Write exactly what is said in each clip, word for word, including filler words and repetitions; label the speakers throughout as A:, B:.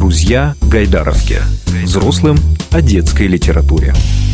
A: Друзья Гайдаровки. Взрослым о детской литературе.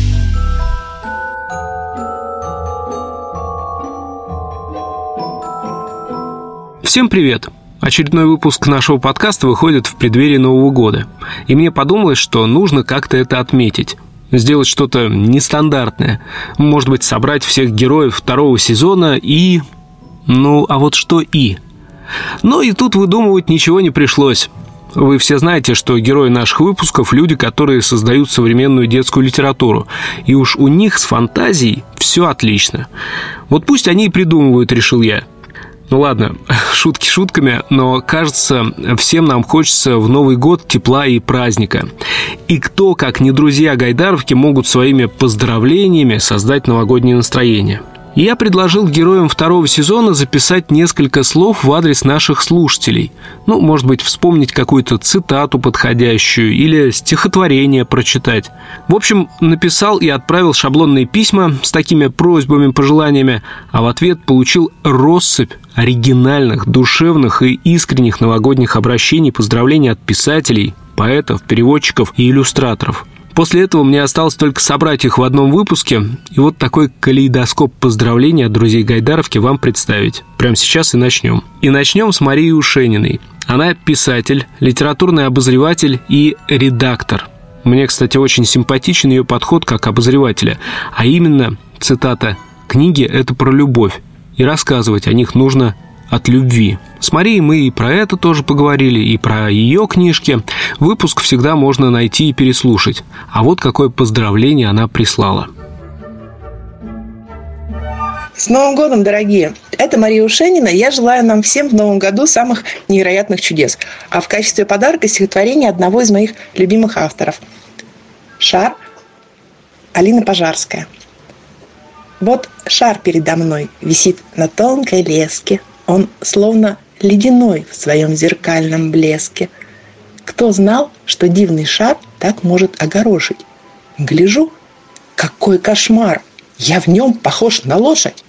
B: Всем привет! Очередной выпуск нашего подкаста выходит в преддверии Нового года. И мне подумалось, что нужно как-то это отметить. Сделать что-то нестандартное. Может быть, собрать всех героев второго сезона и... Ну, а вот что и? Ну и тут выдумывать ничего не пришлось. Вы все знаете, что герои наших выпусков – люди, которые создают современную детскую литературу. И уж у них с фантазией все отлично. Вот пусть они и придумывают, решил я. Ну ладно, шутки шутками, но, кажется, всем нам хочется в Новый год тепла и праздника. И кто, как не друзья Гайдаровки, могут своими поздравлениями создать новогоднее настроение? И я предложил героям второго сезона записать несколько слов в адрес наших слушателей. Ну, может быть, вспомнить какую-то цитату подходящую или стихотворение прочитать. В общем, написал и отправил шаблонные письма с такими просьбами, пожеланиями, а в ответ получил россыпь оригинальных, душевных и искренних новогодних обращений, поздравлений от писателей, поэтов, переводчиков и иллюстраторов. После этого мне осталось только собрать их в одном выпуске и вот такой калейдоскоп поздравлений от друзей Гайдаровки вам представить. Прямо сейчас и начнем. И начнем с Марии Ушениной. Она писатель, литературный обозреватель и редактор. Мне, кстати, очень симпатичен ее подход как обозревателя. А именно, цитата, «Книги – это про любовь, и рассказывать о них нужно от любви». С Марией мы и про это тоже поговорили, и про ее книжки. Выпуск всегда можно найти и переслушать. А вот какое поздравление она прислала.
C: С Новым годом, дорогие! Это Мария Ушенина. Я желаю нам всем в Новом году самых невероятных чудес. А в качестве подарка стихотворение одного из моих любимых авторов. «Шар» Алина Пожарская. Вот шар передо мной висит на тонкой леске. Он словно ледяной в своем зеркальном блеске. Кто знал, что дивный шар так может огорошить? Гляжу, какой кошмар! Я в нем похож на лошадь.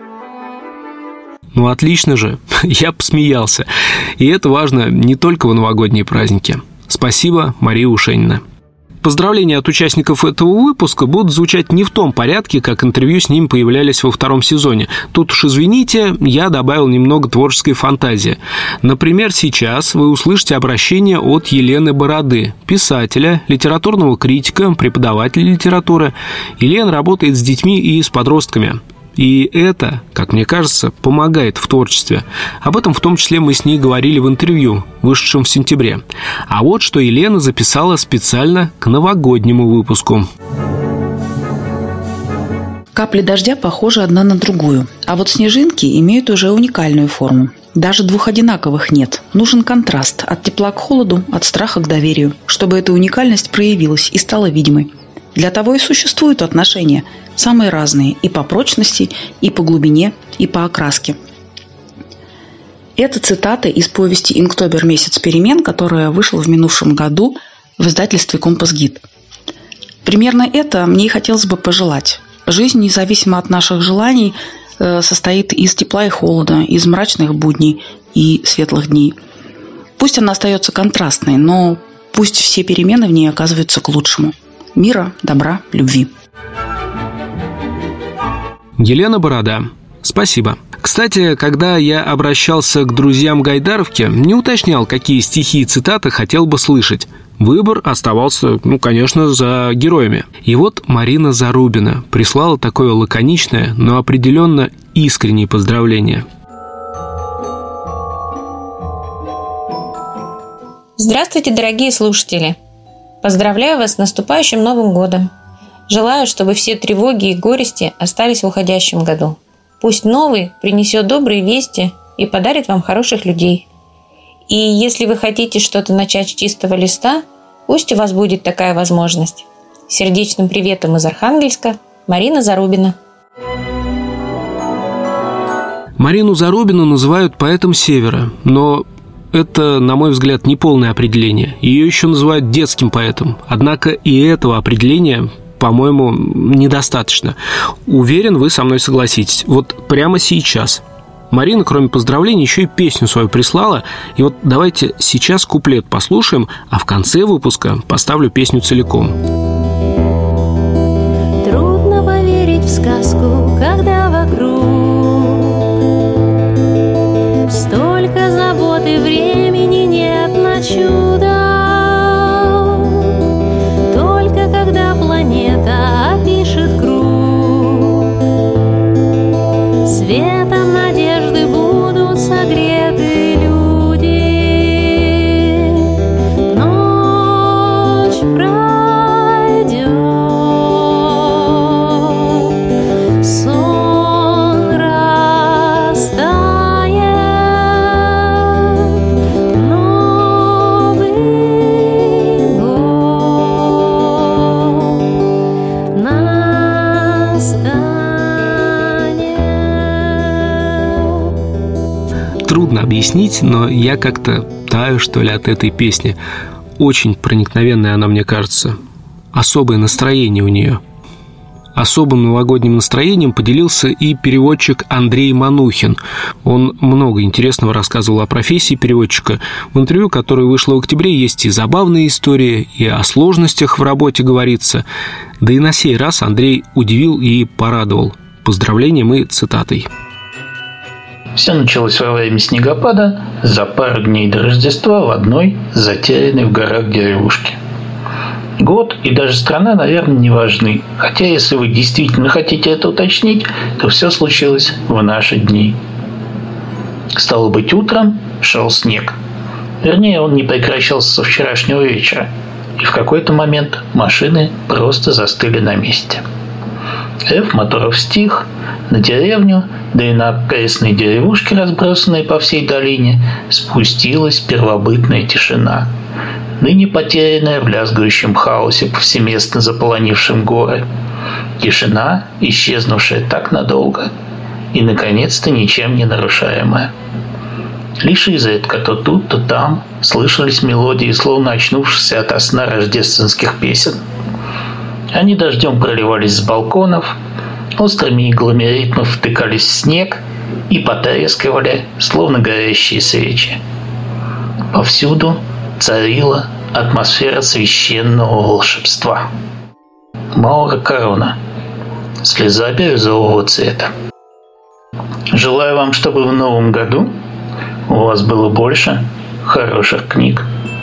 B: Ну, отлично же. Я посмеялся. И это важно не только в новогодние праздники. Спасибо, Мария Ушенина. Поздравления от участников этого выпуска будут звучать не в том порядке, как интервью с ним появлялись во втором сезоне. Тут уж извините, я добавил немного творческой фантазии. Например, сейчас вы услышите обращение от Елены Бороды, писателя, литературного критика, преподавателя литературы. Елена работает с детьми и с подростками. И это, как мне кажется, помогает в творчестве. Об этом в том числе мы с ней говорили в интервью, вышедшем в сентябре. А вот что Елена записала специально к новогоднему выпуску.
D: Капли дождя похожи одна на другую, а вот снежинки имеют уже уникальную форму. Даже двух одинаковых нет. Нужен контраст от тепла к холоду, от страха к доверию, чтобы эта уникальность проявилась и стала видимой. Для того и существуют отношения, самые разные и по прочности, и по глубине, и по окраске. Это цитата из повести «Инктобер. Месяц перемен», которая вышла в минувшем году в издательстве «Компас Гид». Примерно это мне и хотелось бы пожелать. Жизнь, независимо от наших желаний, состоит из тепла и холода, из мрачных будней и светлых дней. Пусть она остается контрастной, но пусть все перемены в ней оказываются к лучшему. Мира, добра, любви.
B: Елена Борода. Спасибо. Кстати, когда я обращался к друзьям Гайдаровки, не уточнял, какие стихи и цитаты хотел бы слышать. Выбор оставался, ну, конечно, за героями. И вот Марина Зарубина прислала такое лаконичное, но определенно искреннее поздравление.
E: Здравствуйте, дорогие слушатели! Поздравляю вас с наступающим Новым годом. Желаю, чтобы все тревоги и горести остались в уходящем году. Пусть новый принесет добрые вести и подарит вам хороших людей. И если вы хотите что-то начать с чистого листа, пусть у вас будет такая возможность. Сердечным приветом из Архангельска, Марина Зарубина.
B: Марину Зарубину называют поэтом Севера, но это, на мой взгляд, неполное определение. Ее еще называют детским поэтом. Однако и этого определения, по-моему, недостаточно. Уверен, вы со мной согласитесь. Вот прямо сейчас Марина, кроме поздравлений, еще и песню свою прислала. И вот давайте сейчас куплет послушаем, а в конце выпуска поставлю песню целиком.
F: Трудно поверить в сказку, когда вокруг столько забот и времени нет на чудо. Только когда планета опишет круг, светом надежды будут согреты люди. Ночь пройдет, сон растает, Новый год настанет.
B: Трудно объяснить, но я как-то таю, что ли, от этой песни. Очень проникновенная она, мне кажется. Особое настроение у нее. Особым новогодним настроением поделился и переводчик Андрей Манухин. Он много интересного рассказывал о профессии переводчика. В интервью, которое вышло в октябре, есть и забавные истории, и о сложностях в работе говорится. Да и на сей раз Андрей удивил и порадовал поздравлением и цитатой.
G: Все началось во время снегопада за пару дней до Рождества в одной затерянной в горах деревушке. Год и даже страна, наверное, не важны. Хотя, если вы действительно хотите это уточнить, то все случилось в наши дни. Стало быть, утром шел снег. Вернее, он не прекращался со вчерашнего вечера. И в какой-то момент машины просто застыли на месте. Рев моторов стих, на деревню, да и на окрестные деревушки, разбросанные по всей долине, спустилась первобытная тишина, ныне потерянная в лязгающем хаосе, повсеместно заполонившем горы. Тишина, исчезнувшая так надолго и, наконец-то, ничем не нарушаемая. Лишь изредка то тут, то там слышались мелодии, словно очнувшиеся ото сна рождественских песен. Они дождем проливались с балконов, острыми иглами ритмов втыкались в снег и потрескивали, словно горящие свечи. Повсюду царила атмосфера священного волшебства. Маура Корона. Слеза бирюзового цвета. Желаю вам, чтобы в новом году у вас было больше хороших книг.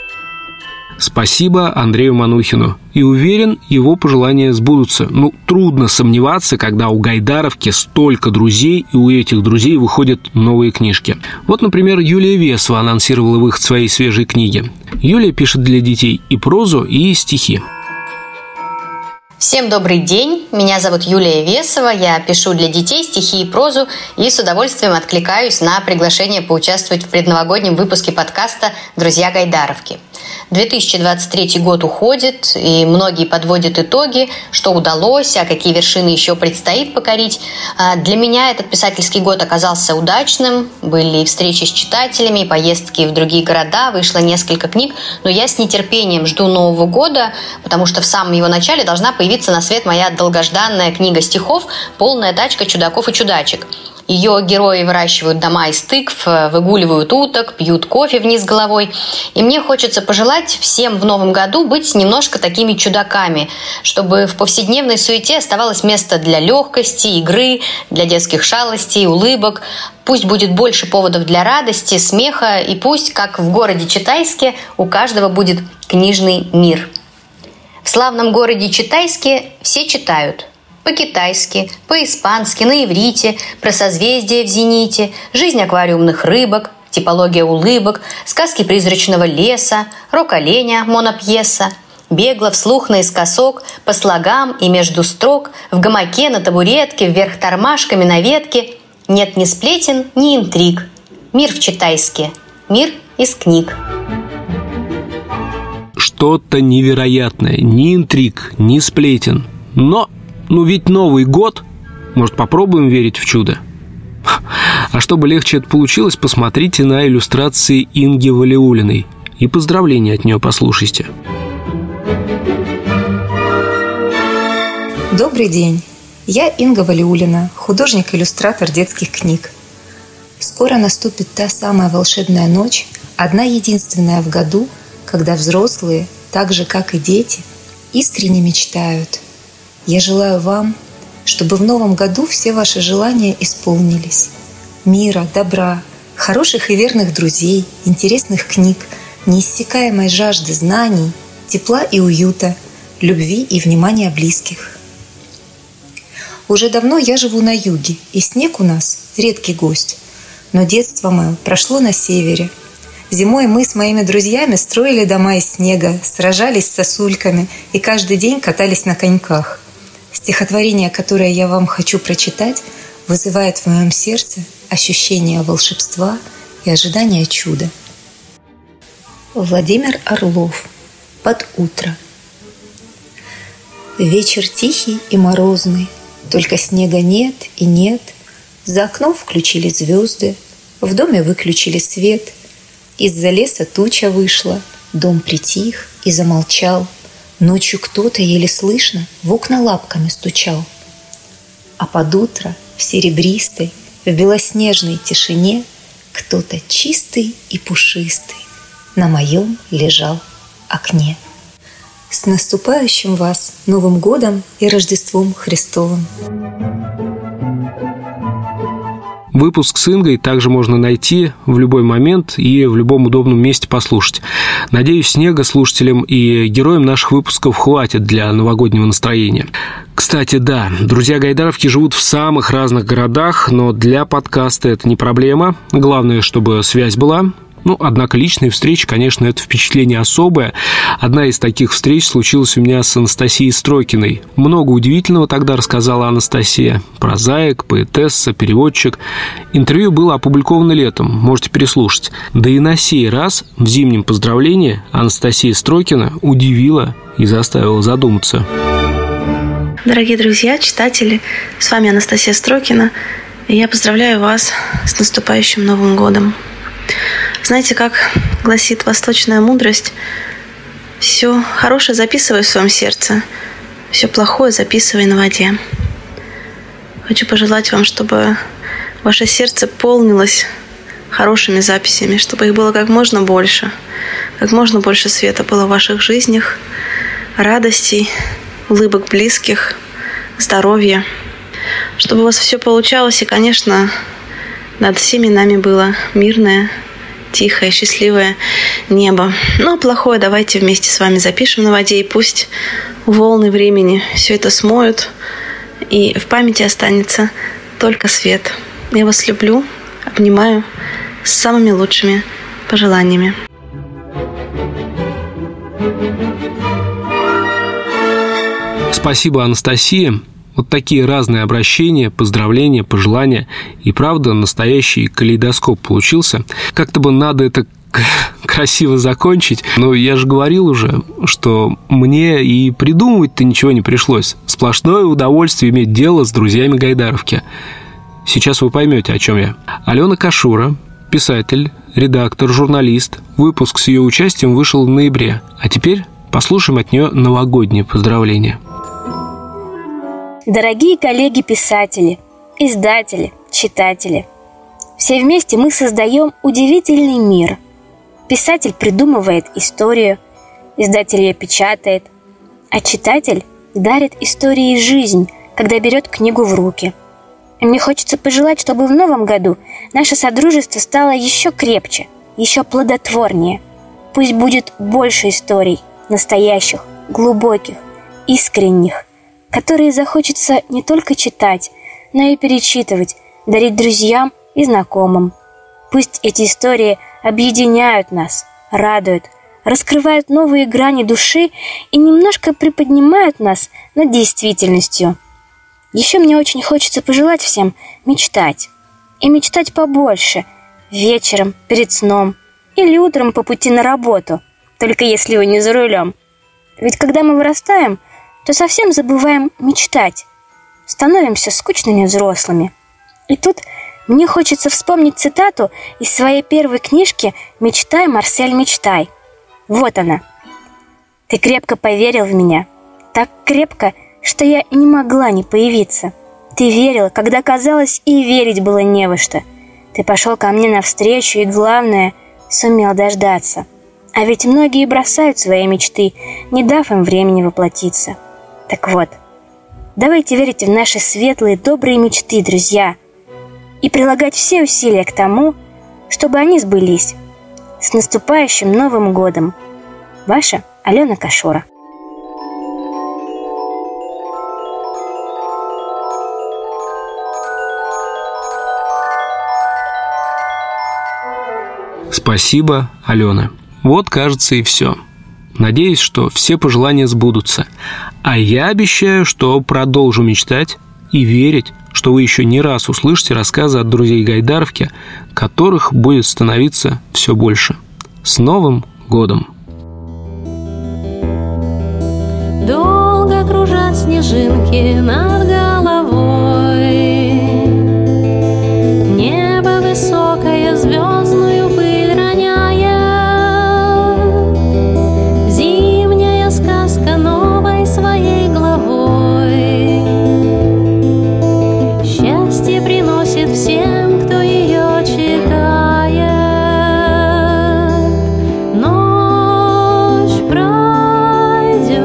B: Спасибо Андрею Манухину. И уверен, его пожелания сбудутся. Ну, трудно сомневаться, когда у Гайдаровки столько друзей, и у этих друзей выходят новые книжки. Вот, например, Юлия Весова анонсировала выход своей свежей книги. Юлия пишет для детей и прозу, и стихи.
H: Всем добрый день, меня зовут Юлия Весова, я пишу для детей стихи и прозу и с удовольствием откликаюсь на приглашение поучаствовать в предновогоднем выпуске подкаста «Друзья Гайдаровки». две тысячи двадцать третий год уходит, и многие подводят итоги, что удалось, а какие вершины еще предстоит покорить. Для меня этот писательский год оказался удачным, были и встречи с читателями, и поездки в другие города, вышло несколько книг, но я с нетерпением жду Нового года, потому что в самом его начале должна появиться на свет моя долгожданная книга стихов «Полная тачка чудаков и чудачек». Ее герои выращивают дома из тыкв, выгуливают уток, пьют кофе вниз головой. И мне хочется пожелать всем в новом году быть немножко такими чудаками, чтобы в повседневной суете оставалось место для легкости, игры, для детских шалостей, улыбок. Пусть будет больше поводов для радости, смеха, и пусть, как в городе Читайске, у каждого будет книжный мир. В славном городе Читайске все читают. По-китайски, по-испански, на иврите, про созвездия в зените, жизнь аквариумных рыбок, типология улыбок, сказки призрачного леса, рок оленя, монопьеса. Бегло вслух наискосок, по слогам и между строк, в гамаке на табуретке, вверх тормашками на ветке. Нет ни сплетен, ни интриг. Мир в Читайске, мир из книг.
B: Что-то невероятное, ни интриг, ни сплетен. Но... Ну ведь Новый год. Может, попробуем верить в чудо? А чтобы легче это получилось, посмотрите на иллюстрации Инги Валиуллиной. И поздравления от нее послушайте.
I: Добрый день. Я Инга Валиуллина, художник-иллюстратор детских книг. Скоро наступит та самая волшебная ночь, одна единственная в году, когда взрослые, так же, как и дети, искренне мечтают. Я желаю вам, чтобы в новом году все ваши желания исполнились. Мира, добра, хороших и верных друзей, интересных книг, неиссякаемой жажды знаний, тепла и уюта, любви и внимания близких. Уже давно я живу на юге, и снег у нас редкий гость. Но детство мое прошло на севере. Зимой мы с моими друзьями строили дома из снега, сражались с сосульками и каждый день катались на коньках. Стихотворение, которое я вам хочу прочитать, вызывает в моем сердце ощущение волшебства и ожидание чуда. Владимир Орлов. Под утро. Вечер тихий и морозный, только снега нет и нет. За окном включили звезды, в доме выключили свет. Из-за леса туча вышла, дом притих и замолчал. Ночью кто-то еле слышно в окна лапками стучал. А под утро в серебристой, в белоснежной тишине кто-то чистый и пушистый на моем лежал окне. С наступающим вас Новым годом и Рождеством Христовым!
B: Выпуск с Ингой также можно найти в любой момент и в любом удобном месте послушать. Надеюсь, снега слушателям и героям наших выпусков хватит для новогоднего настроения. Кстати, да, друзья Гайдаровки живут в самых разных городах, но для подкаста это не проблема. Главное, чтобы связь была. Ну, однако личные встречи, конечно, это впечатление особое. Одна из таких встреч случилась у меня с Анастасией Строкиной. Много удивительного тогда рассказала Анастасия. Прозаик, поэтесса, переводчик. Интервью было опубликовано летом, можете переслушать. Да и на сей раз, в зимнем поздравлении, Анастасия Строкина удивила и заставила задуматься.
J: Дорогие друзья, читатели, с вами Анастасия Строкина, и я поздравляю вас с наступающим Новым годом. Знаете, как гласит восточная мудрость, все хорошее записывай в своем сердце, все плохое записывай на воде. Хочу пожелать вам, чтобы ваше сердце полнилось хорошими записями, чтобы их было как можно больше, как можно больше света было в ваших жизнях, радостей, улыбок близких, здоровья, чтобы у вас все получалось и, конечно, над всеми нами было мирное, тихое, счастливое небо. Ну, а плохое давайте вместе с вами запишем на воде, и пусть волны времени все это смоют, и в памяти останется только свет. Я вас люблю, обнимаю с самыми лучшими пожеланиями.
B: Спасибо, Анастасия. Вот такие разные обращения, поздравления, пожелания. И правда, настоящий калейдоскоп получился. Как-то бы надо это красиво закончить. Но я же говорил уже, что мне и придумывать-то ничего не пришлось. Сплошное удовольствие иметь дело с друзьями Гайдаровки. Сейчас вы поймете, о чем я. Алена Кашура, писатель, редактор, журналист. Выпуск с ее участием вышел в ноябре. А теперь послушаем от нее новогоднее поздравление.
K: Дорогие коллеги-писатели, издатели, читатели, все вместе мы создаем удивительный мир. Писатель придумывает историю, издатель ее печатает, а читатель дарит истории жизнь, когда берет книгу в руки. И мне хочется пожелать, чтобы в новом году наше содружество стало еще крепче, еще плодотворнее. Пусть будет больше историй, настоящих, глубоких, искренних, которые захочется не только читать, но и перечитывать, дарить друзьям и знакомым. Пусть эти истории объединяют нас, радуют, раскрывают новые грани души и немножко приподнимают нас над действительностью. Еще мне очень хочется пожелать всем мечтать. И мечтать побольше, вечером, перед сном или утром по пути на работу, только если вы не за рулем. Ведь когда мы вырастаем, то совсем забываем мечтать, становимся скучными взрослыми. И тут мне хочется вспомнить цитату из своей первой книжки «Мечтай, Марсель, мечтай». Вот она. «Ты крепко поверил в меня, так крепко, что я не могла не появиться. Ты верил, когда казалось и верить было не во что. Ты пошел ко мне навстречу и, главное, сумел дождаться. А ведь многие бросают свои мечты, не дав им времени воплотиться. Так вот, давайте верить в наши светлые, добрые мечты, друзья, и прилагать все усилия к тому, чтобы они сбылись. С наступающим Новым годом! Ваша Алена Кашура.
B: Спасибо, Алена. Вот, кажется, и все. Надеюсь, что все пожелания сбудутся. А я обещаю, что продолжу мечтать и верить, что вы еще не раз услышите рассказы от друзей Гайдаровки, которых будет становиться все больше. С Новым годом!
F: Долго кружат снежинки над головой, небо высокое звездную пыль роняя. Зимняя сказка новой своей главой счастье приносит всем, кто ее читает. Ночь пройдет,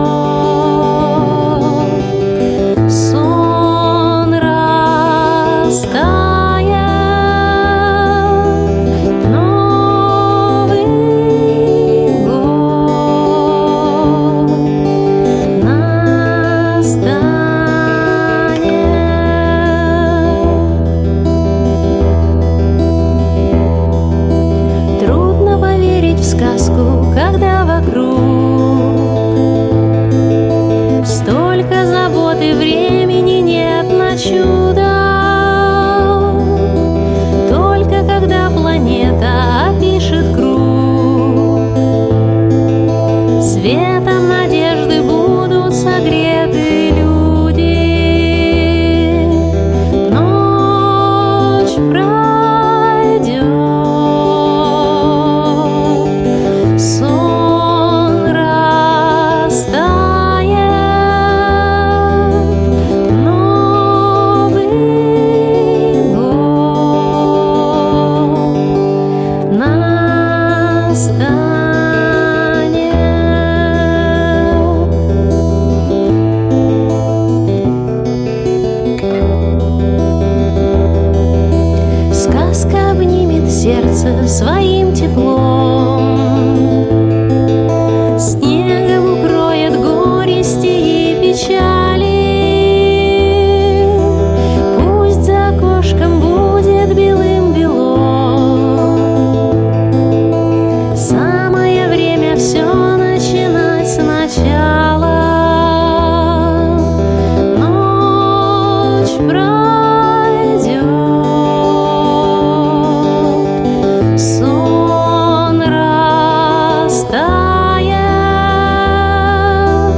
F: сон растает, Новый год настанет. Трудно поверить в сказку, когда вокруг столько забот и времени нет на чудо. Только когда планета опишет круг, светом надежды будут согреты люди. Ночь пройдет, сон растает, Новый год настанет. Сказка обнимет сердце своим теплом, снегом укроет горести и печали. Пусть за окошком будет белым-бело, самое время все начинать сначала. Ночь пройдет, сон растает,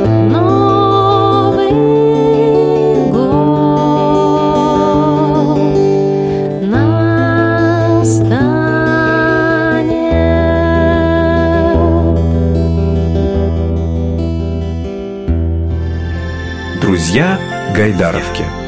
F: Новый год настанет.
A: Друзья Гайдаровки.